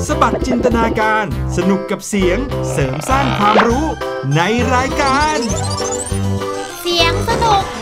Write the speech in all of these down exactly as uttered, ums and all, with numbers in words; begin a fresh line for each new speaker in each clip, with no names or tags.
สบัดจินตนาการสนุกกับเสียงเสริมสร้างความรู้ในรายการ
เสียงสนุก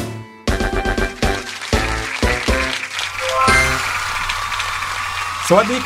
สวัสดีครับ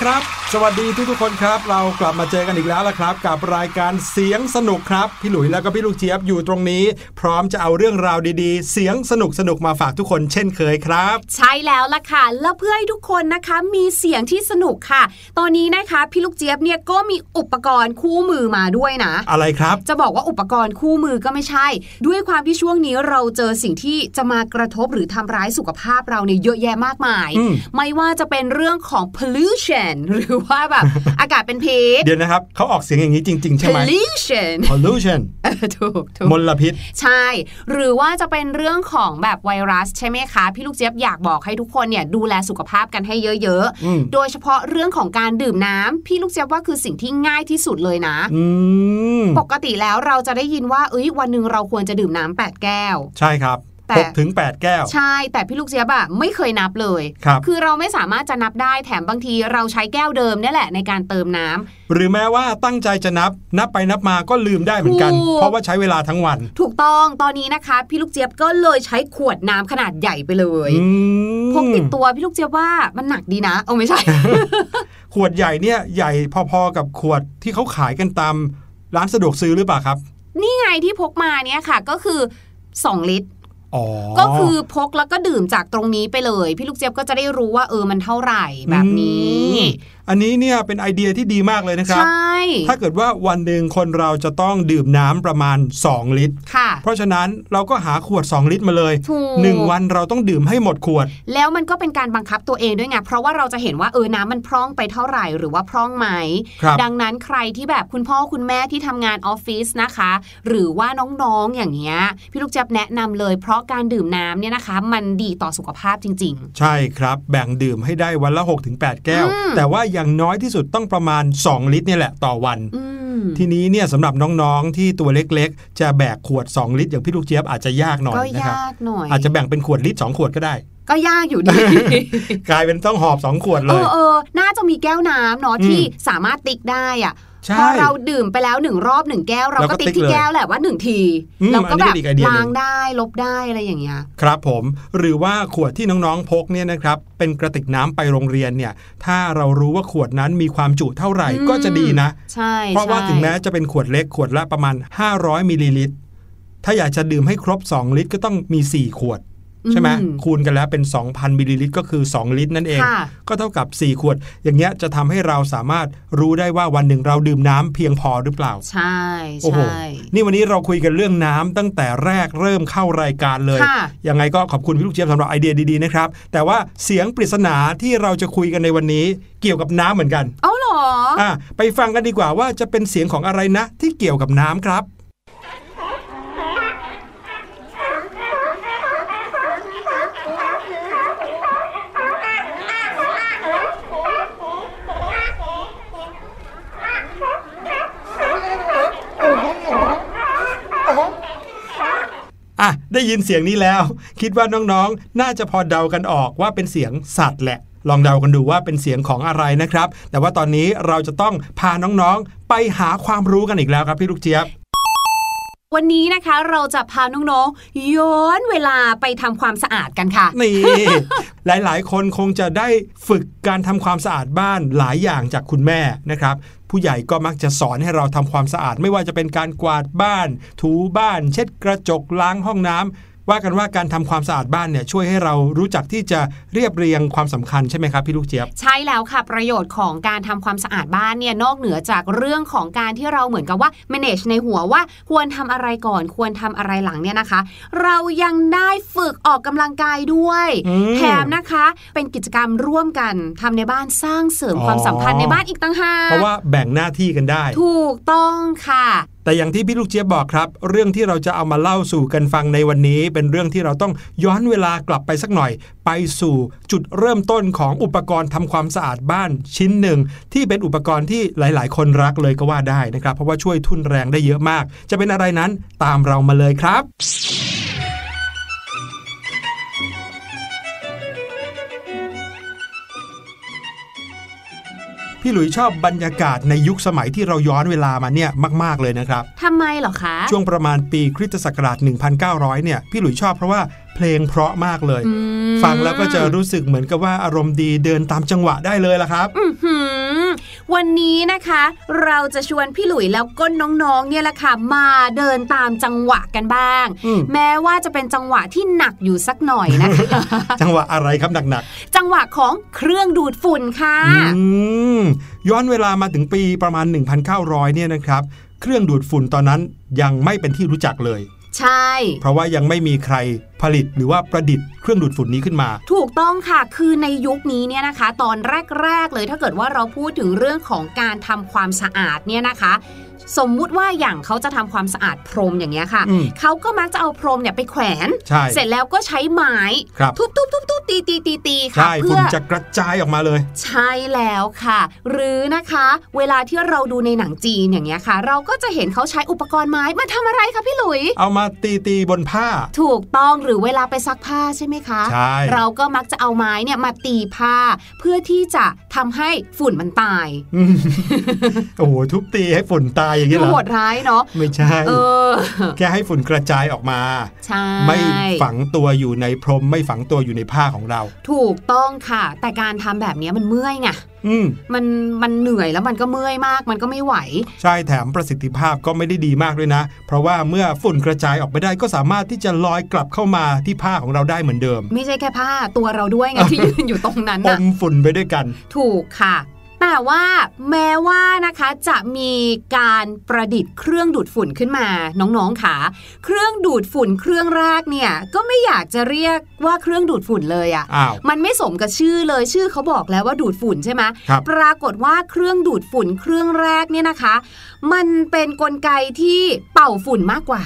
สวัสดีทุกๆคนครับเรากลับมาเจอกันอีกแล้วล่ะครับกับรายการเสียงสนุกครับพี่หลุยแล้วก็พี่ลูกเจี๊ยบอยู่ตรงนี้พร้อมจะเอาเรื่องราวดีๆเสียงสนุกๆมาฝากทุกคนเช่นเคยครับ
ใช่แล้วล่ะค่ะแล้วเพื่อให้ทุกคนนะคะมีเสียงที่สนุกค่ะตอนนี้นะคะพี่ลูกเจี๊ยบเนี่ยก็มีอุปกรณ์คู่มือมาด้วยนะ
อะไรครับ
จะบอกว่าอุปกรณ์คู่มือก็ไม่ใช่ด้วยความที่ช่วงนี้เราเจอสิ่งที่จะมากระทบหรือทำร้ายสุขภาพเราเนี่ยเยอะแยะมากมายไม่ว่าจะเป็นเรื่องของ pollution หรือว่าแบบ อากาศเป็นพิษ
เดี๋ยวนะครับเขาออกเสียงอย่างนี้จริงๆใช่ไหม
pollution
pollution
ถูกถูก
มลพิษ
ใช่หรือว่าจะเป็นเรื่องของแบบไวรัสใช่ไหมคะพี่ลูกเจี๊ยบอยากบอกให้ทุกคนเนี่ยดูแลสุขภาพกันให้เยอะๆโดยเฉพาะเรื่องของการดื่มน้ำพี่ลูกเจี๊ยบว่าคือสิ่งที่ง่ายที่สุดเลยนะปกติแล้วเราจะได้ยินว่าเอ้ยวันนึงเราควรจะดื่มน้ำแปดแก้ว
ใช่ครับหกถึงแปดแก้ว
ใช่แต่พี่ลูกเจี๊ยบอะไม่เคยนับเลยคือเราไม่สามารถจะนับได้แถมบางทีเราใช้แก้วเดิมนี่แหละในการเติมน้ำ
หรือแม้ว่าตั้งใจจะนับนับไปนับมาก็ลืมได้เหมือนกันเพราะว่าใช้เวลาทั้งวัน
ถูกต้องตอนนี้นะคะพี่ลูกเจี๊ยบก็เลยใช้ขวดน้ำขนาดใหญ่ไปเลยพกติดตัวพี่ลูกเจี๊ยบว่ามันหนักดีนะเอาไม่ใช่
ขวดใหญ่เนี่ยใหญ่พอๆกับขวดที่เขาขายกันตามร้านสะดวกซื้อหรือเปล่าครับ
นี่ไงที่พกมาเนี่ยค่ะก็คือสองลิตรก็คือพกแล้วก็ดื่มจากตรงนี้ไปเลยพี่ลูกเจี๊ยบก็จะได้รู้ว่าเออมันเท่าไหร่แบบนี้
อันนี้เนี่ยเป็นไอเดียที่ดีมากเลยนะครับ
ใช่
ถ้าเกิดว่าวันหนึ่งคนเราจะต้องดื่มน้ำประมาณสองลิตร
ค่ะ
เพราะฉะนั้นเราก็หาขวดสองลิตรมาเลยหนึ่งวันเราต้องดื่มให้หมดขวด
แล้วมันก็เป็นการบังคับตัวเองด้วยไงเพราะว่าเราจะเห็นว่าเออน้ำมันพร่องไปเท่าไหร่หรือว่าพร่องไหมดังนั้นใครที่แบบคุณพ่อคุณแม่ที่ทำงานออฟฟิศนะคะหรือว่าน้องๆอย่างเงี้ยพี่ลูกเจี๊ยบแนะนำเลยเพราะการดื่มน้ำเนี่ยนะคะมันดีต่อสุขภาพจริง
ๆใช่ครับแบ่งดื่มให้ได้วันละ หกถึงแปด แก้วแต่ว่าอย่างน้อยที่สุดต้องประมาณสองลิตรเนี่ยแหละต่อวันทีนี้เนี่ยสำหรับน้องๆที่ตัวเล็กๆจะแบกขวดสองลิตรอย่างพี่ลูกเจี๊ยบอาจจะยากหน่อยนะครับอาจจะแบ่งเป็นขวดลิตรสองขวดก็ได้
ก็ยากอยู่ดี
กลายเป็นต้องหอบสองขวดเลย
เออเออน่าจะมีแก้วน้ำเนาะที่สามารถติ๊กได้อ่ะพอเราดื่มไปแล้วหนึ่งรอบหนึ่งแก้วเราก็ติ๊กที่แก้วแหละว่าหนึ่งทีเราก็แบบล้างได้ลบได้อะไรอย่างเงี้ย
ครับผมหรือว่าขวดที่น้องๆพกเนี่ยนะครับเป็นกระติกน้ำไปโรงเรียนเนี่ยถ้าเรารู้ว่าขวดนั้นมีความจุเท่าไหร่ก็จะดีนะ
ใช่
เพราะว่าถึงแม้จะเป็นขวดเล็กขวดละประมาณห้าร้อยมิลลิลิตรถ้าอยากจะดื่มให้ครบสองลิตรก็ต้องมีสี่ขวดใช่ไหมคูณกันแล้วเป็น สองพัน มิลลิลิตรก็คือสองลิตรนั่นเองก็เท่ากับสี่ขวดอย่างเงี้ยจะทำให้เราสามารถรู้ได้ว่าวันหนึ่งเราดื่มน้ำเพียงพอหรือเปล่า
ใช่
โอ้โหนี่วันนี้เราคุยกันเรื่องน้ำตั้งแต่แรกเริ่มเข้ารายการเลยยังไงก็ขอบคุณพี่ลูกเจี๊ยบสำหรับไอเดียดีๆนะครับแต่ว่าเสียงปริศนาที่เราจะคุยกันในวันนี้เกี่ยวกับน้ำเหมือนกัน
อ๋อเหรอ
อ่ะไปฟังกันดีกว่าว่าจะเป็นเสียงของอะไรนะที่เกี่ยวกับน้ำครับอ่ะได้ยินเสียงนี้แล้วคิดว่าน้องๆน่าจะพอเดากันออกว่าเป็นเสียงสัตว์แหละลองเดากันดูว่าเป็นเสียงของอะไรนะครับแต่ว่าตอนนี้เราจะต้องพาน้องๆไปหาความรู้กันอีกแล้วครับพี่ลูกเจี๊ยบ
วันนี้นะคะเราจะพาน้องๆย้อนเวลาไปทำความสะอาดกันค่ะ
นี่ หลายๆคนคงจะได้ฝึกการทำความสะอาดบ้านหลายอย่างจากคุณแม่นะครับผู้ใหญ่ก็มักจะสอนให้เราทำความสะอาดไม่ว่าจะเป็นการกวาดบ้านถูบ้านเช็ดกระจกล้างห้องน้ำว่ากันว่าการทำความสะอาดบ้านเนี่ยช่วยให้เรารู้จักที่จะเรียบเรียงความสำคัญใช่ไหมครับพี่ลูกเจี๊ยบ
ใช่แล้วค่ะประโยชน์ของการทำความสะอาดบ้านเนี่ยนอกเหนือจากเรื่องของการที่เราเหมือนกับว่า manage ในหัวว่าควรทำอะไรก่อนควรทำอะไรหลังเนี่ยนะคะเรายังได้ฝึกออกกำลังกายด้วยแถมนะคะเป็นกิจกรรมร่วมกันทำในบ้านสร้างเสริมความสัมพันธ์ในบ้านอีกต่างหาก
เพราะว่าแบ่งหน้าที่กันได้
ถูกต้องค่ะ
แต่อย่างที่พี่ลูกเจี๊ยบบอกครับเรื่องที่เราจะเอามาเล่าสู่กันฟังในวันนี้เป็นเรื่องที่เราต้องย้อนเวลากลับไปสักหน่อยไปสู่จุดเริ่มต้นของอุปกรณ์ทำความสะอาดบ้านชิ้นหนึ่งที่เป็นอุปกรณ์ที่หลายๆคนรักเลยก็ว่าได้นะครับเพราะว่าช่วยทุ่นแรงได้เยอะมากจะเป็นอะไรนั้นตามเรามาเลยครับ พี่หลุยชอบบรรยากาศในยุคสมัยที่เราย้อนเวลามาเนี่ยมากๆเลยนะครับ
ทำไมเหรอคะ
ช่วงประมาณปีคริสตศักราชหนึ่งพันเก้าร้อยเนี่ยพี่หลุยชอบเพราะว่าเพลงเพราะมากเลยฟังแล้วก็จะรู้สึกเหมือนกับว่าอารมณ์ดีเดินตามจังหวะได้เลยล่ะครับ
วันนี้นะคะเราจะชวนพี่หลุยแล้วก็น้องๆเนี่ยแหละค่ะมาเดินตามจังหวะกันบ้างแม้ว่าจะเป็นจังหวะที่หนักอยู่สักหน่อยนะคะ
จังหวะอะไรครับหนัก
ๆจังหวะของเครื่องดูดฝุ่นค่ะ
ย้อนเวลามาถึงปีประมาณ หนึ่งพันเก้าร้อย เนี่ยนะครับเครื่องดูดฝุ่นตอนนั้นยังไม่เป็นที่รู้จักเลย
ใช่
เพราะว่ายังไม่มีใครผลิตหรือว่าประดิษฐ์เครื่องดูดฝุ่นนี้ขึ้นมา
ถูกต้องค่ะคือในยุคนี้เนี่ยนะคะตอนแรกๆเลยถ้าเกิดว่าเราพูดถึงเรื่องของการทำความสะอาดเนี่ยนะคะสมมุติว่าอย่างเขาจะทำความสะอาดพรมอย่างเงี้ยค่ะเขาก็มักจะเอาพรมเนี่ยไปแขวนเสร็จแล้วก็ใช้ไม้ทุบทุบทุบทุบตีตีตีตีค่ะ
เพื่อจะกระจายออกมาเลย
ใช่แล้วค่ะหรือนะคะเวลาที่เราดูในหนังจีนอย่างเงี้ยค่ะเราก็จะเห็นเขาใช้อุปกรณ์ไม้มาทำอะไรคะพี่หลุย
เอามาตีตีบนผ้า
ถูกต้องหรือเวลาไปซักผ้าใช่ไหมคะใช่เราก็มักจะเอาไม้เนี่ยมาตีผ้าเพื่อที่จะทำให้ฝุ่นมันตาย
โอ้โหทุบตีให้ฝุ่นตายอย่างนี้เหรอ
โหดร้ายเนาะ
ไม่ใช่แค่ให้ฝุ่นกระจายออกมาไม่ฝังตัวอยู่ในพรมไม่ฝังตัวอยู่ในผ้าของเรา
ถูกต้องค่ะแต่การทำแบบนี้มันเมื่อยไงมันมันเหนื่อยแล้วมันก็เมื่อยมากมันก็ไม่ไหว
ใช่แถมประสิทธิภาพก็ไม่ได้ดีมากด้วยนะเพราะว่าเมื่อฝุ่นกระจายออกไปได้ก็สามารถที่จะลอยกลับเข้ามาที่ผ้าของเราได้เหมือนเดิม
ไม่ใช่แค่ผ้าตัวเราด้วยไง ที่ยืนอยู่ตรงนั้น
อมฝุ่นไปด้วยกัน
ถูกค่ะแต่ว่าแม้ว่านะคะจะมีการประดิษฐ์เครื่องดูดฝุ่นขึ้นมาน้องๆค่ะเครื่องดูดฝุ่นเครื่องแรกเนี่ยก็ไม่อยากจะเรียกว่าเครื่องดูดฝุ่นเลยอ่ะมันไม่สมกับชื่อเลยชื่อเขาบอกแล้วว่าดูดฝุ่นใช่ไหมปรากฏว่าเครื่องดูดฝุ่นเครื่องแรกเนี่ยนะคะมันเป็นกลไกที่เป่าฝุ่นมากกว่า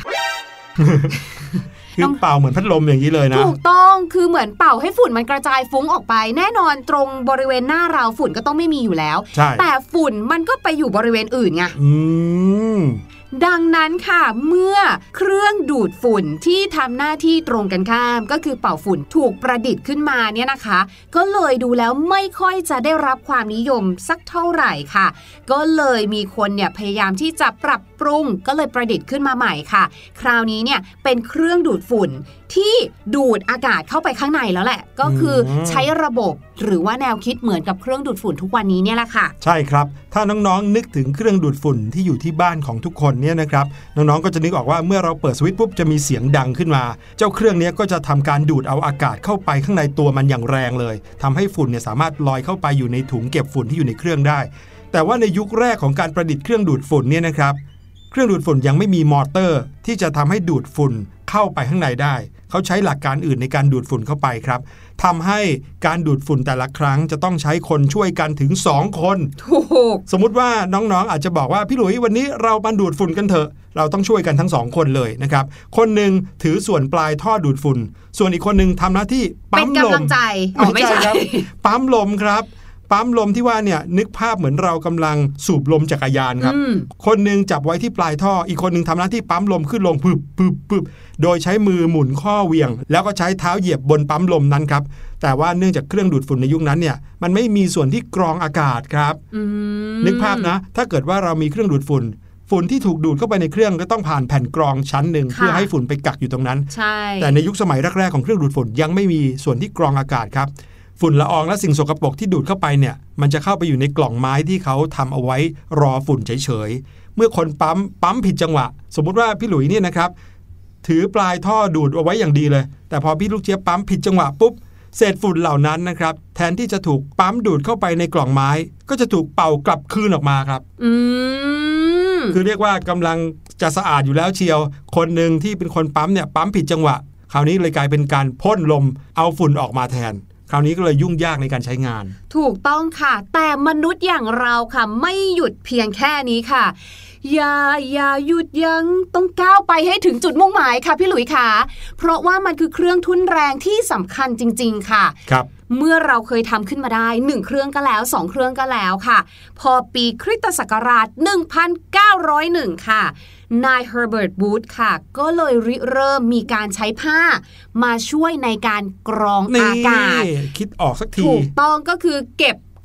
คือเป่าเหมือนพัดลมอย่างนี้เลยนะ
ถูกต้องคือเหมือนเป่าให้ฝุ่นมันกระจายฟุ้งออกไปแน่นอนตรงบริเวณหน้าเราฝุ่นก็ต้องไม่มีอยู่แล้วแต่ฝุ่นมันก็ไปอยู่บริเวณอื่นไงดังนั้นค่ะเมื่อเครื่องดูดฝุ่นที่ทำหน้าที่ตรงกันข้ามก็คือเป่าฝุ่นถูกประดิษฐ์ขึ้นมาเนี่ยนะคะก็เลยดูแล้วไม่ค่อยจะได้รับความนิยมสักเท่าไหร่ค่ะก็เลยมีคนเนี่ยพยายามที่จะปรับปรุงก็เลยประดิษฐ์ขึ้นมาใหม่ค่ะคราวนี้เนี่ยเป็นเครื่องดูดฝุ่นที่ดูดอากาศเข้าไปข้างในแล้วแหละก็คือใช้ระบบหรือว่าแนวคิดเหมือนกับเครื่องดูดฝุ่นทุกวันนี้เนี่ยแหละค่ะ
ใช่ครับถ้าน้องๆนึกถึงเครื่องดูดฝุ่นที่อยู่ที่บ้านของทุกคนเนี่ยนะครับน้องๆก็จะนึกออกว่าเมื่อเราเปิดสวิตช์ปุ๊บจะมีเสียงดังขึ้นมาเจ้าเครื่องนี้ก็จะทำการดูดเอาอากาศเข้าไปข้างในตัวมันอย่างแรงเลยทำให้ฝุ่นเนี่ยสามารถลอยเข้าไปอยู่ในถุงเก็บฝุ่นที่อยู่ในเครื่องได้แต่ว่าในยุคแรกของการประดิษฐ์เครื่องดูดฝุ่นเนี่ยนะครับเครื่องดูดฝุ่นยังไม่มีมอเตอร์ที่จะทำให้ดูดฝุ่นเข้าไปข้างในได้เขาใช้หลักการอื่นในการดูดฝุ่นเข้าไปครับทำให้การดูดฝุ่นแต่ละครั้งจะต้องใช้คนช่วยกันถึงสองคน
ถูก
สมมุติว่าน้องๆอาจจะบอกว่าพี่หลุยวันนี้เรามาดูดฝุ่นกันเถอะเราต้องช่วยกันทั้งสองคนเลยนะครับคนหนึ่งถือส่วนปลายท่อดูดฝุ่นส่วนอีกคนหนึ่งทำหน้าที่ปั๊มลม
เป็นกำลังใจ
ไม่ใช่ครับปั๊มลมครับปั๊มลมที่ว่าเนี่ยนึกภาพเหมือนเรากำลังสูบลมจักรยานครับคนนึงจับไว้ที่ปลายท่ออีกคนนึงทำหน้าที่ปั๊มลมขึ้นลงปึ๊บปึ๊บปึ๊บโดยใช้มือหมุนข้อเหวี่ยงแล้วก็ใช้เท้าเหยียบบนปั๊มลมนั้นครับแต่ว่าเนื่องจากเครื่องดูดฝุ่นในยุคนั้นเนี่ยมันไม่มีส่วนที่กรองอากาศครับนึกภาพนะถ้าเกิดว่าเรามีเครื่องดูดฝุ่นฝุ่นที่ถูกดูดเข้าไปในเครื่องก็ต้องผ่านแผ่นกรองชั้นหนึ่งเพื่อให้ฝุ่นไปกักอยู่ตรงนั้นแต่ในยุคสมัยแรกๆของเครื่องดูดฝุ่นยังไม่มีส่วนที่กรองอากาศครับฝุ่นละอองและสิ่งสกปรกที่ดูดเข้าไปเนี่ยมันจะเข้าไปอยู่ในกล่องไม้ที่เขาทำเอาไว้รอฝุ่นเฉยๆเมื่อคนปั๊มปั๊มผิดจังหวะสมมุติว่าพี่หลุยเนี่ยนะครับถือปลายท่อดูดเอาไว้อย่างดีเลยแต่พอพี่ลูกเจี๊ยบปั๊มผิดจังหวะปุ๊บเศษฝุ่นเหล่านั้นนะครับแทนที่จะถูกปั๊มดูดเข้าไปในกล่องไม้ก็จะถูกเป่ากลับคืนออกมาครับ
อืม
คือเรียกว่ากำลังจะสะอาดอยู่แล้วเชียวคนหนึ่งที่เป็นคนปั๊มเนี่ยปั๊มผิดจังหวะคราวนี้เลยกลายเป็นการพ่นลมเอาฝุ่นออกมาแทนคราวนี้ก็เลยยุ่งยากในการใช้งาน
ถูกต้องค่ะแต่มนุษย์อย่างเราค่ะไม่หยุดเพียงแค่นี้ค่ะอย่าอย่าหยุดยั้งต้องก้าวไปให้ถึงจุดมุ่งหมายค่ะพี่หลุยค่ะเพราะว่ามันคือเครื่องทุ่นแรงที่สำคัญจริงๆค่ะ
ครับ
เมื่อเราเคยทำขึ้นมาได้หนึ่งเครื่องก็แล้วสองเครื่องก็แล้วค่ะพอปีคริสตศักราชหนึ่งพันเก้าร้อยเอ็ดค่ะนายเฮอร์เบิร์ตบูธค่ะก็เลยริเริ่มมีการใช้ผ้ามาช่วยในการกรองอากาศ
คิดออกสักที
ถูกต้องก็คือเก็บ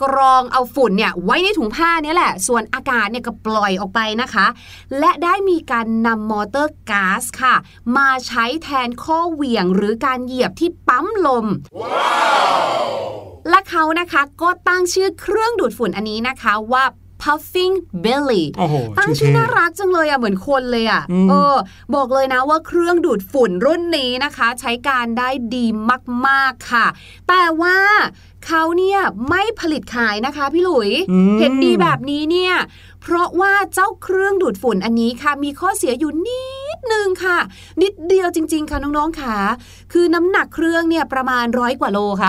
กรองเอาฝุ่นเนี่ยไว้ในถุงผ้านี่แหละส่วนอากาศเนี่ยก็ปล่อยออกไปนะคะและได้มีการนำมอเตอร์ก๊าซค่ะมาใช้แทนข้อเหวี่ยงหรือการเหยียบที่ปั๊มลม wow! และเขานะคะก็ตั้งชื่อเครื่องดูดฝุ่นอันนี้นะคะว่า puffing belly ตั้งชื่อน่ารักจังเลยอ่ะเหมือนคนเลยอ่ะเออบอกเลยนะว่าเครื่องดูดฝุ่นรุ่นนี้นะคะใช้การได้ดีมากๆค่ะแต่ว่าเขาเนี่ยไม่ผลิตขายนะคะพี่หลุยเห็นดีแบบนี้เนี่ยเพราะว่าเจ้าเครื่องดูดฝุ่นอันนี้ค่ะมีข้อเสียอยู่นิดนึงค่ะนิดเดียวจริงๆค่ะน้องๆค่ะคือน้ำหนักเครื่องเนี่ยประมาณร้อยกว่าโลค่ะ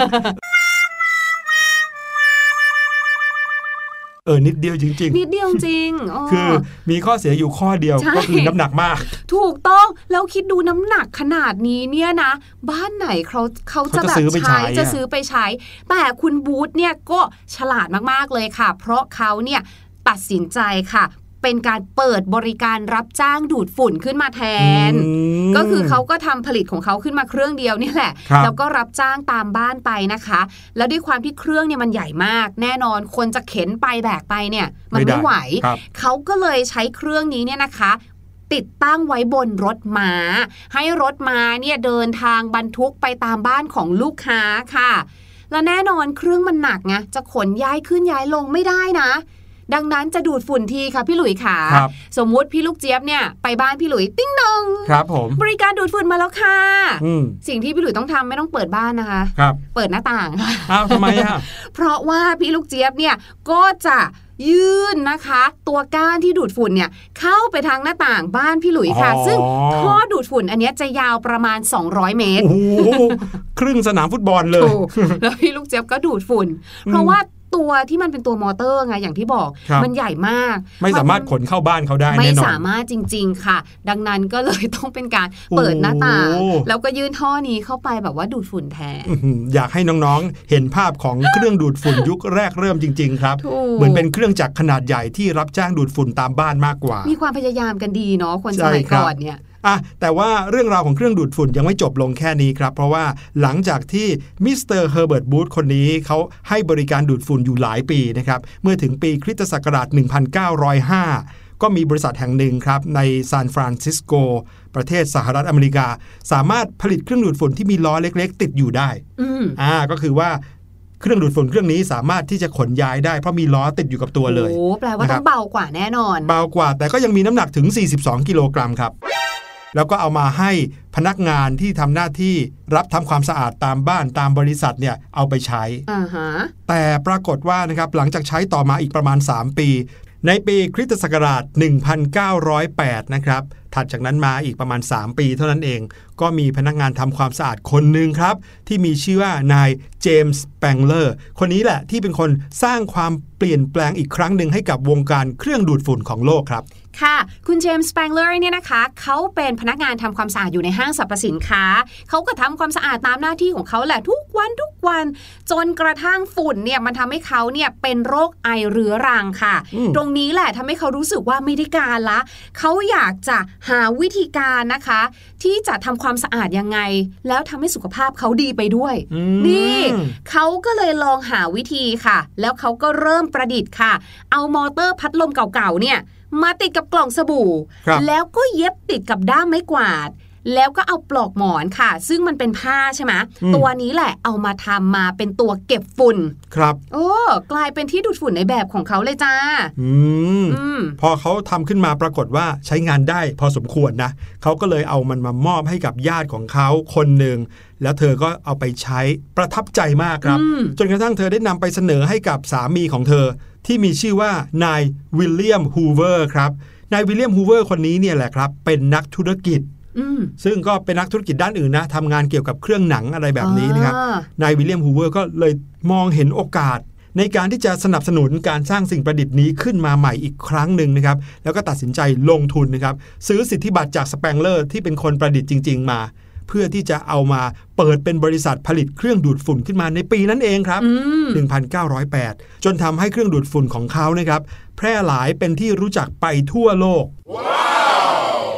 เออนิดเดียวจริง
ๆนิดเดียวจริง
คือมีข้อเสียอยู่ข้อเดียวก็คือน้ำหนักมาก
ถูกต้องแล้วคิดดูน้ำหนักขนาดนี้เนี่ยนะบ้านไหนเขาเขาจะแบบใช้จะซื้อไปใช้แต่คุณบูธเนี่ยก็ฉลาดมากๆเลยค่ะเพราะเขาเนี่ยตัดสินใจค่ะเป็นการเปิดบริการรับจ้างดูดฝุ่นขึ้นมาแทนก็คือเขาก็ทำผลิตของเขาขึ้นมาเครื่องเดียวนี่แหละแล้วก็รับจ้างตามบ้านไปนะคะแล้วด้วยความที่เครื่องเนี่ยมันใหญ่มากแน่นอนคนจะเข็นไปแบกไปเนี่ยมันไม่ไหวเขาก็เลยใช้เครื่องนี้เนี่ยนะคะติดตั้งไว้บนรถม้าให้รถม้าเนี่ยเดินทางบรรทุกไปตามบ้านของลูกค้าค่ะและแน่นอนเครื่องมันหนักไงจะขนย้ายขึ้นย้ายลงไม่ได้นะดังนั้นจะดูดฝุ่นทีค่ะพี่หลุยค่ะสมมุติพี่ลูกเจี๊ยบเนี่ยไปบ้านพี่หลุยติ้งนอง
ครับผม
บริการดูดฝุ่นมาแล้วค่ะสิ่งที่พี่หลุยต้องทำไม่ต้องเปิดบ้านนะคะ
ครับ
เปิดหน้าต่าง
อ้าวทำไมอ่ะ
เพราะว่าพี่ลูกเจี๊ยบเนี่ยก็จะยื่นนะคะตัวก้านที่ดูดฝุ่นเนี่ยเข้าไปทางหน้าต่างบ้านพี่หลุยค่ะซึ่งท่อดูดฝุ่นอันนี้จะยาวประมาณสองร้อยเมตร
โอ้โหครึ่งสนามฟุตบอลเลย
แล้วพี่ลูกเจี๊ยบก็ดูดฝุ่นเพราะว่าตัวที่มันเป็นตัวมอเตอร์ไงอย่างที่บอกมันใหญ่มาก
ไม่สามารถขนเข้าบ้านเขาได้แน่นอน
ไม่สามารถจริงๆค่ะดังนั้นก็เลยต้องเป็นการเปิดหน้าต่างแล้วก็ยื่นท่อนี้เข้าไปแบบว่าดูดฝุ่นแทน
อยากให้น้องๆเห็นภาพของเครื่องดูดฝุ่นยุคแรกเริ่มจริงๆครับเหมือนเป็นเครื่องจักรขนาดใหญ่ที่รับจ้างดูดฝุ่นตามบ้านมากกว่า
มีความพยายามกันดีเนาะคนสมัยก่อนเนี่ย
อ่ะแต่ว่าเรื่องราวของเครื่องดูดฝุ่นยังไม่จบลงแค่นี้ครับเพราะว่าหลังจากที่มิสเตอร์เฮอร์เบิร์ตบูธคนนี้เขาให้บริการดูดฝุ่นอยู่หลายปีนะครับเมื่อถึงปีคริสตศักราชหนึ่งพันเก้าร้อยห้าก็มีบริษัทแห่งหนึ่งครับในซานฟรานซิสโกประเทศสหรัฐอเมริกาสามารถผลิตเครื่องดูดฝุ่นที่มีล้อเล็กๆติดอยู่ได้อ่าก็คือว่าเครื่องดูดฝุ่นเครื่องนี้สามารถที่จะขนย้ายได้เพราะมีล้อติดอยู่กับตัวเลย
โอ้แปลว่าต้องเบากว่าแน่นอน
เบากว่าแต่ก็ยังมีน้ำหนักถึงสี่สิบสองกิโลกรัมครับแล้วก็เอามาให้พนักงานที่ทำหน้าที่รับทำความสะอาดตามบ้านตามบริษัทเนี่ยเอาไปใช้
uh-huh.
แต่ปรากฏว่านะครับหลังจากใช้ต่อมาอีกประมาณสามปีในปีคริสตศักราชหนึ่งพันเก้าร้อยแปดนะครับถัดจากนั้นมาอีกประมาณสามปีเท่านั้นเองก็มีพนักงานทำความสะอาดคนหนึ่งครับที่มีชื่อว่านายเจมส์สแปงเลอร์คนนี้แหละที่เป็นคนสร้างความเปลี่ยนแปลงอีกครั้งหนึ่งให้กับวงการเครื่องดูดฝุ่นของโลกครับ
ค่ะคุณเจมส์สแปงเลอร์เนี่ยนะคะเขาเป็นพนักงานทำความสะอาดอยู่ในห้างสรรพสินค้าเขาก็ทำความสะอาดตามหน้าที่ของเขาแหละทุกวันทุกวันจนกระทั่งฝุ่นเนี่ยมันทำให้เขาเนี่ยเป็นโรคไอเรื้อรังค่ะตรงนี้แหละทำให้เขารู้สึกว่าไม่ได้การละเขาอยากจะหาวิธีการนะคะที่จะทำความสะอาดยังไงแล้วทำให้สุขภาพเขาดีไปด้วยนี่เขาก็เลยลองหาวิธีค่ะแล้วเขาก็เริ่มประดิษฐ์ค่ะเอามอเตอร์พัดลมเก่าๆเนี่ยมาติดกับกล่องสบู่แล้วก็เย็บติดกับด้ามไม้กวาดแล้วก็เอาปลอกหมอนค่ะซึ่งมันเป็นผ้าใช่ไหมตัวนี้แหละเอามาทำมาเป็นตัวเก็บฝุ่น
ครับ
โอ้กลายเป็นที่ดูดฝุ่นในแบบของเขาเลยจ้า
อืมพอเขาทำขึ้นมาปรากฏว่าใช้งานได้พอสมควรนะเขาก็เลยเอามันมามอบให้กับญาติของเขาคนหนึ่งแล้วเธอก็เอาไปใช้ประทับใจมากครับจนกระทั่งเธอได้นำไปเสนอให้กับสามีของเธอที่มีชื่อว่านายวิลเลียมฮูเวอร์ครับนายวิลเลียมฮูเวอร์คนนี้เนี่ยแหละครับเป็นนักธุรกิจซึ่งก็เป็นนักธุรกิจด้านอื่นนะทำงานเกี่ยวกับเครื่องหนังอะไรแบบนี้นะครับนายวิลเลียมฮูเวอร์ก็เลยมองเห็นโอกาสในการที่จะสนับสนุนการสร้างสิ่งประดิษฐ์นี้ขึ้นมาใหม่อีกครั้งหนึ่งนะครับแล้วก็ตัดสินใจลงทุนนะครับซื้อสิทธิบัตรจากสแปงเลอร์ที่เป็นคนประดิษฐ์จริงๆมาเพื่อที่จะเอามาเปิดเป็นบริษัทผลิตเครื่องดูดฝุ่นขึ้นมาในปีนั้นเองครับหนึ่งพันเก้าร้อยแปดจนทำให้เครื่องดูดฝุ่นของเขานะครับแพร่หลายเป็นที่รู้จักไปทั่วโลก wow!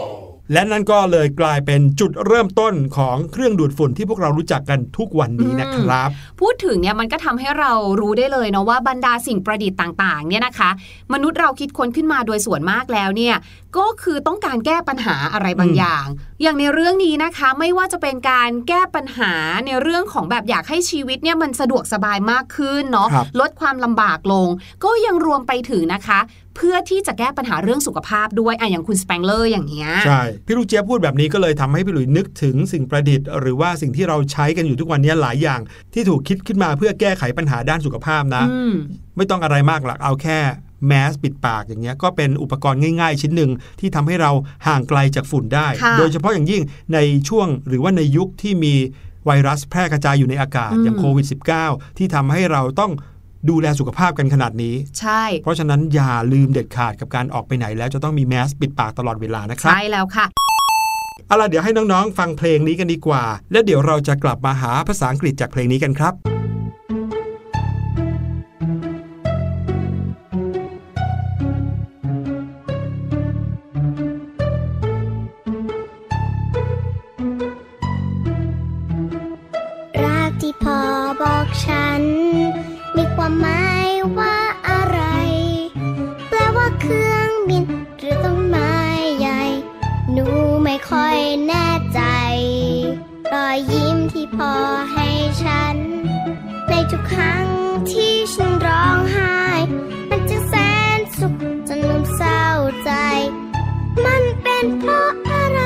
และนั่นก็เลยกลายเป็นจุดเริ่มต้นของเครื่องดูดฝุ่นที่พวกเรารู้จักกันทุกวันนี้นะครับ
พูดถึงเนี่ยมันก็ทำให้เรารู้ได้เลยเนาะว่าบรรดาสิ่งประดิษฐ์ต่างๆเนี่ยนะคะมนุษย์เราคิดค้นขึ้นมาโดยส่วนมากแล้วเนี่ยก็คือต้องการแก้ปัญหาอะไรบางอย่างอย่างในเรื่องนี้นะคะไม่ว่าจะเป็นการแก้ปัญหาในเรื่องของแบบอยากให้ชีวิตเนี่ยมันสะดวกสบายมากขึ้นเนาะลดความลำบากลงก็ยังรวมไปถึงนะคะเพื่อที่จะแก้ปัญหาเรื่องสุขภาพด้วยอ่ะอย่างคุณสแปงเลอร์อย่างเงี้ย
ใช่พี่ลูกเจี๊ยบพูดแบบนี้ก็เลยทำให้พี่หลุยนึกถึงสิ่งประดิษฐ์หรือว่าสิ่งที่เราใช้กันอยู่ทุกวันนี้หลายอย่างที่ถูกคิดขึ้นมาเพื่อแก้ไขปัญหาด้านสุขภาพนะไม่ต้องอะไรมากหรอกเอาแค่แมสปิดปากอย่างเงี้ยก็เป็นอุปกรณ์ง่ายๆชิ้นหนึ่งที่ทำให้เราห่างไกลจากฝุ่นได้โดยเฉพาะอย่างยิ่งในช่วงหรือว่าในยุคที่มีไวรัสแพร่กระจายอยู่ในอากาศอย่างโควิด สิบเก้า ที่ทำให้เราต้องดูแลสุขภาพกันขนาดนี้
ใช่
เพราะฉะนั้นอย่าลืมเด็ดขาดกับการออกไปไหนแล้วจะต้องมีแมสปิดปากตลอดเวลานะครับ
ใช่แล้วค่ะ
เอาล่ะเดี๋ยวให้น้องๆฟังเพลงนี้กันดีกว่าแล้วเดี๋ยวเราจะกลับมาหาภาษาอังกฤษจากเพลงนี้กันครับ
รักที่พ่อบอกฉันมีความหมายว่าอะไรแปลว่าเครื่องบินหรือต้นไม้ใหญ่หนูไม่ค่อยแน่ใจรอยยิ้มที่พ่อให้ฉันในทุกครั้งที่ฉันร้องไห้มันจึงแสนสุขจนลืมเศร้าใจมันเป็นเพราะอะไร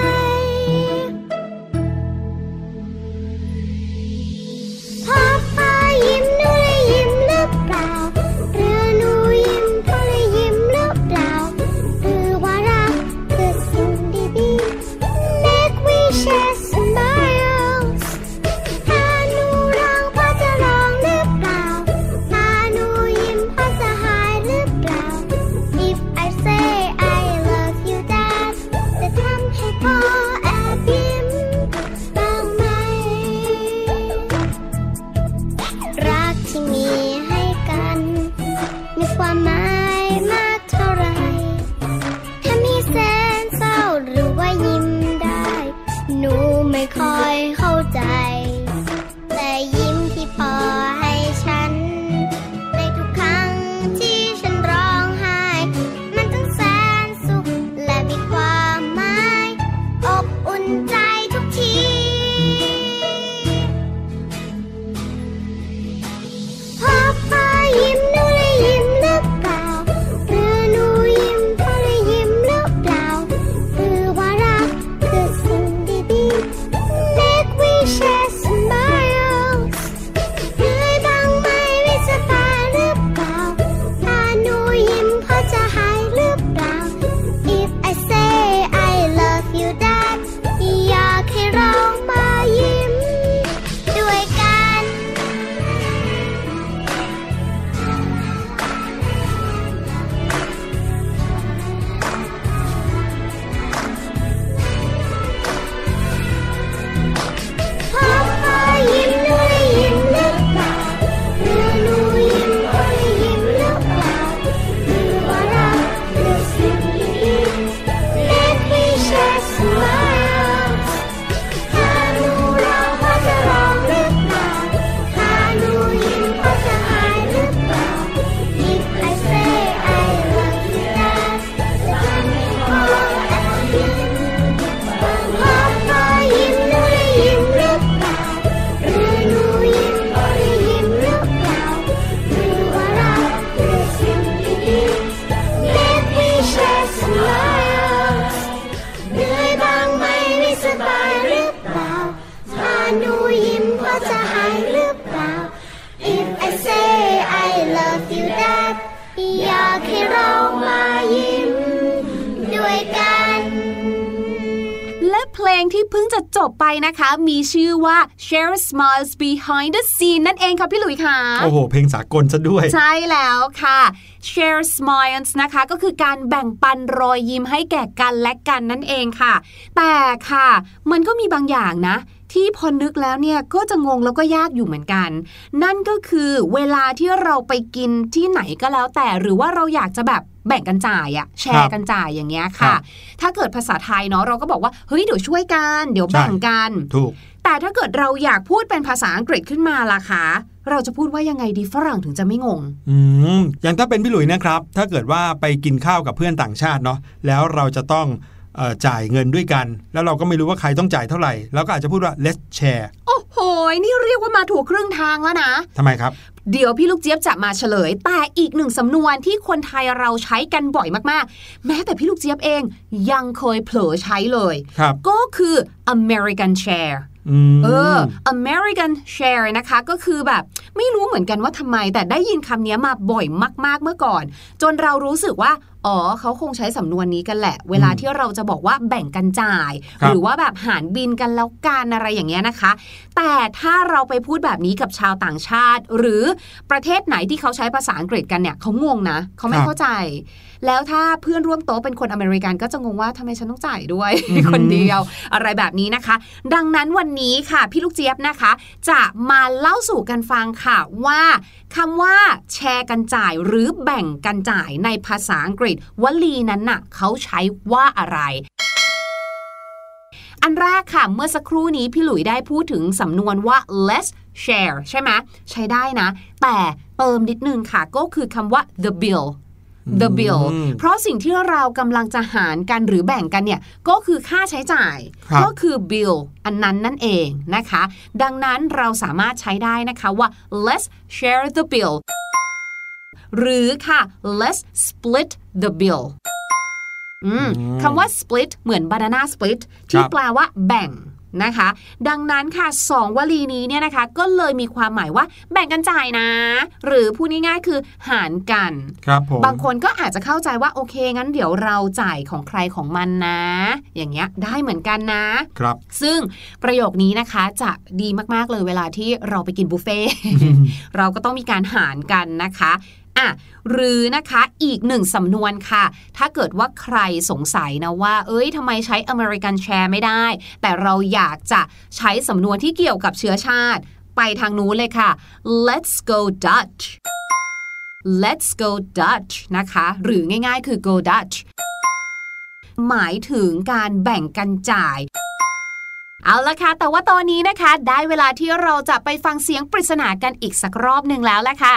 พ่อพ่อยิ้มหนูได้ยิ้มหรือเปล่าหรือหนูยิ้มพ่อได้ยิ้มหรือเปล่าหรือว่ารักคือสิ่งดีๆ Make we share smiles ถ้าหนูร้องพ่อจะร้องหรือเปล่าถ้าหนูยิ้มพ่อจะหายหรือเปล่า If I say I love you Dad จะทำให้พ่อแอบยิ้มบ้างไหมรักที่มีให้กันมีความหมายมากเท่าไรถ้ามีแสนเศร้าหรือว่ายิ้มได้หนูไม่ค่อยเข้าใจแต่ยิ้มที่พ่อให้ฉันในทุกครั้งที่ฉันร้องไห้มันทั้งแสนสุขและมีความหมายอบอุ่นใจทุกทีพ่อพ่อยิ้มหนูได้ยิ้มหรือเปล่าหรือหนูยิ้มพ่อได้ยิ้มหรือเปล่าหรือว่ารักคือสิ่งดีๆ Make we share smiles เหนื่อยบ้างไหมไม่สบายหรือเปล่าถ้าหนูยิ้มพ่อจะหายหรือเปล่า If I say I love you Dad อยากให้เรามายิ้มด้วยกันพ่อพ่อยิ้มหนูได้ยิ้มหรือเปล่าหรือหนูยิ้มพ่อได้ยิ้มหรือเปล่าหรือว่ารักคือสิ่งดีๆ Make we share smiles ถ้าหนูร้องพ่อจะร้องหรือเปล่าถ้าหนูยิ้มพ่อจะหายหรือเปล่า If I say I love you Dad จะทำให้พ่อแอบยิ้มพ่อพ่อยิ้มหนูได้ยิ้มหรือเปล่าหรือหนูยิ้มพ่อได้ยิ้มหรือเปล่าหรือว่ารักคือสิ่งดีๆ Make we share smiles เหนื่อยบ้างไหมไม่สบายหรือเปล่าถ้าหนูยิ้มพ่อจะหายหรือเปล่า If I say I love you Dad อยากให้เรามายิ้มด้วยกัน
และเพลงที่เพิ่งจะจบไปนะคะมีชื่อว่า Share Smiles Behind the Scene นั่นเองค่ะพี่หลุยส์ค่ะ
โอ้โหเพลงสากลซะด้วย
ใช่แล้วค่ะ Share Smiles นะคะก็คือการแบ่งปันรอยยิ้มให้แก่กันและกันนั่นเองค่ะแต่ค่ะมันก็มีบางอย่างนะที่พอนึกแล้วเนี่ยก็จะงงแล้วก็ยากอยู่เหมือนกันนั่นก็คือเวลาที่เราไปกินที่ไหนก็แล้วแต่หรือว่าเราอยากจะแบบแบ่งกันจ่ายอะแชร์กันจ่ายอย่างเงี้ยค่ะถ้าเกิดภาษาไทยเนาะเราก็บอกว่าเฮ้ยเดี๋ยวช่วยกันเดี๋ยวแบ่งกัน
ถูก
แต่ถ้าเกิดเราอยากพูดเป็นภาษาอังกฤษขึ้นมาล่ะคะเราจะพูดว่ายังไงดีฝรั่งถึงจะไม่งง
อืมอย่างถ้าเป็นพี่หลุยนะครับถ้าเกิดว่าไปกินข้าวกับเพื่อนต่างชาติเนาะแล้วเราจะต้องเอ่อจ่ายเงินด้วยกันแล้วเราก็ไม่รู้ว่าใครต้องจ่ายเท่าไหร่เราก็อาจจะพูดว่า let's share
โอ้โหนี่เรียกว่ามาถูกครึ่งทางแล้วนะ
ทำไมครับ
เดี๋ยวพี่ลูกเจี๊ยบจะมาเฉลยแต่อีกหนึ่งสำนวนที่คนไทยเราใช้กันบ่อยมากๆแม้แต่พี่ลูกเจี๊ยบเองยังเคยเผลอใช้เลยก็คือ American shareเออ American share นะคะก็คือแบบไม่รู้เหมือนกันว่าทำไมแต่ได้ยินคำนี้มาบ่อยมากๆเมื่อก่อนจนเรารู้สึกว่าอ๋อเขาคงใช้สำนวนนี้กันแหละเวลาที่เราจะบอกว่าแบ่งกันจ่ายหรือว่าแบบหารบินกันแล้วกันอะไรอย่างเงี้ยนะคะแต่ถ้าเราไปพูดแบบนี้กับชาวต่างชาติหรือประเทศไหนที่เขาใช้ภาษาอังกฤษกันเนี่ยเขางงนะเขาไม่เข้าใจแล้วถ้าเพื่อนร่วมโต๊ะเป็นคนอเมริกันก็จะงงว่าทำไมฉันต้องจ่ายด้วย คนเดียวอะไรแบบนี้นะคะดังนั้นวันนี้ค่ะพี่ลูกเจี๊ยบนะคะจะมาเล่าสู่กันฟังค่ะว่าคำว่าแชร์กันจ่ายหรือแบ่งกันจ่ายในภาษาอังกฤษวลีนั้นน่ะเขาใช้ว่าอะไรอันแรกค่ะเมื่อสักครู่นี้พี่หลุยได้พูดถึงสำนวนว่า let's share ใช่ไหมใช้ได้นะแต่เติมนิดนึงค่ะก็คือคำว่า the bill the bill เพราะสิ่งที่เรากำลังจะหารกันหรือแบ่งกันเนี่ยก็คือค่าใช้จ่ายก็คือ bill อันนั้นนั่นเองนะคะดังนั้นเราสามารถใช้ได้นะคะว่า let's share the bill หรือค่ะ let's split the bill คำว่า split เหมือน banana split ที่แปลว่าแบ่งนะคะดังนั้นค่ะสองวลีนี้เนี่ยนะคะก็เลยมีความหมายว่าแบ่งกันจ่ายนะหรือพูดง่ายๆคือหารกัน
ครับผม
บางคนก็อาจจะเข้าใจว่าโอเคงั้นเดี๋ยวเราจ่ายของใครของมันนะอย่างเงี้ยได้เหมือนกันนะครับซึ่งประโยคนี้นะคะจะดีมากๆเลยเวลาที่เราไปกินบุฟเฟ่ เราก็ต้องมีการหารกันนะคะอ่ะหรือนะคะอีกหนึ่งสำนวนค่ะถ้าเกิดว่าใครสงสัยนะว่าเอ้ยทำไมใช้ American share ไม่ได้แต่เราอยากจะใช้สำนวนที่เกี่ยวกับเชื้อชาติไปทางนู้นเลยค่ะ let's go Dutch let's go Dutch นะคะหรือง่ายๆคือ go Dutch หมายถึงการแบ่งกันจ่ายเอาละค่ะแต่ว่าตอนนี้นะคะได้เวลาที่เราจะไปฟังเสียงปริศนากันอีกสักรอบหนึ่งแล้วแหละค่ะ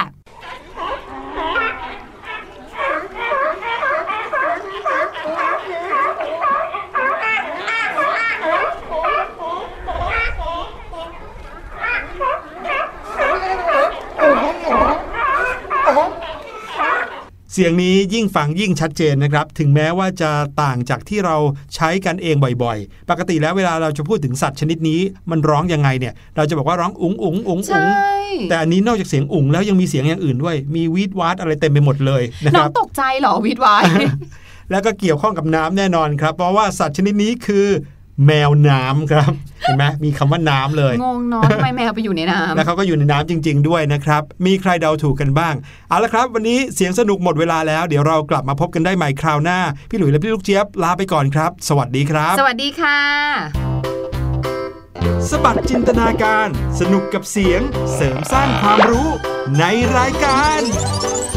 เสียงนี้ยิ่งฟังยิ่งชัดเจนนะครับถึงแม้ว่าจะต่างจากที่เราใช้กันเองบ่อยๆปกติแล้วเวลาเราจะพูดถึงสัตว์ชนิดนี้มันร้องยังไงเนี่ยเราจะบอกว่าร้องอุ๋งอุ๋งอุ๋งอุ๋งแต่อันนี้นอกจากเสียงอุ๋งแล้วยังมีเสียงอย่างอื่นด้วยมีวีดวาดอะไรเต็มไปหมดเลยนะครับ
น้องตกใจเหรอวีดวาด
แล้วก็เกี่ยวข้องกับน้ำแน่นอนครับเพราะว่าสัตว์ชนิดนี้คือแมวน้ำครับเห็นไหมมีคำว่าน้ำเลย
งงเนาะทำไมแมวไปอยู่ในน้ำ
แล้วเขาก็อยู่ในน้ำจริงๆด้วยนะครับมีใครเดาถูกกันบ้างเอาละครับวันนี้เสียงสนุกหมดเวลาแล้วเดี๋ยวเรากลับมาพบกันได้ใหม่คราวหน้าพี่หลุยและพี่ลูกเจี๊ยบลาไปก่อนครับสวัสดีครับ
สวัสดีค่ะ
สบัดจินตนาการสนุกกับเสียงเสริมสร้างความรู้ในรายการ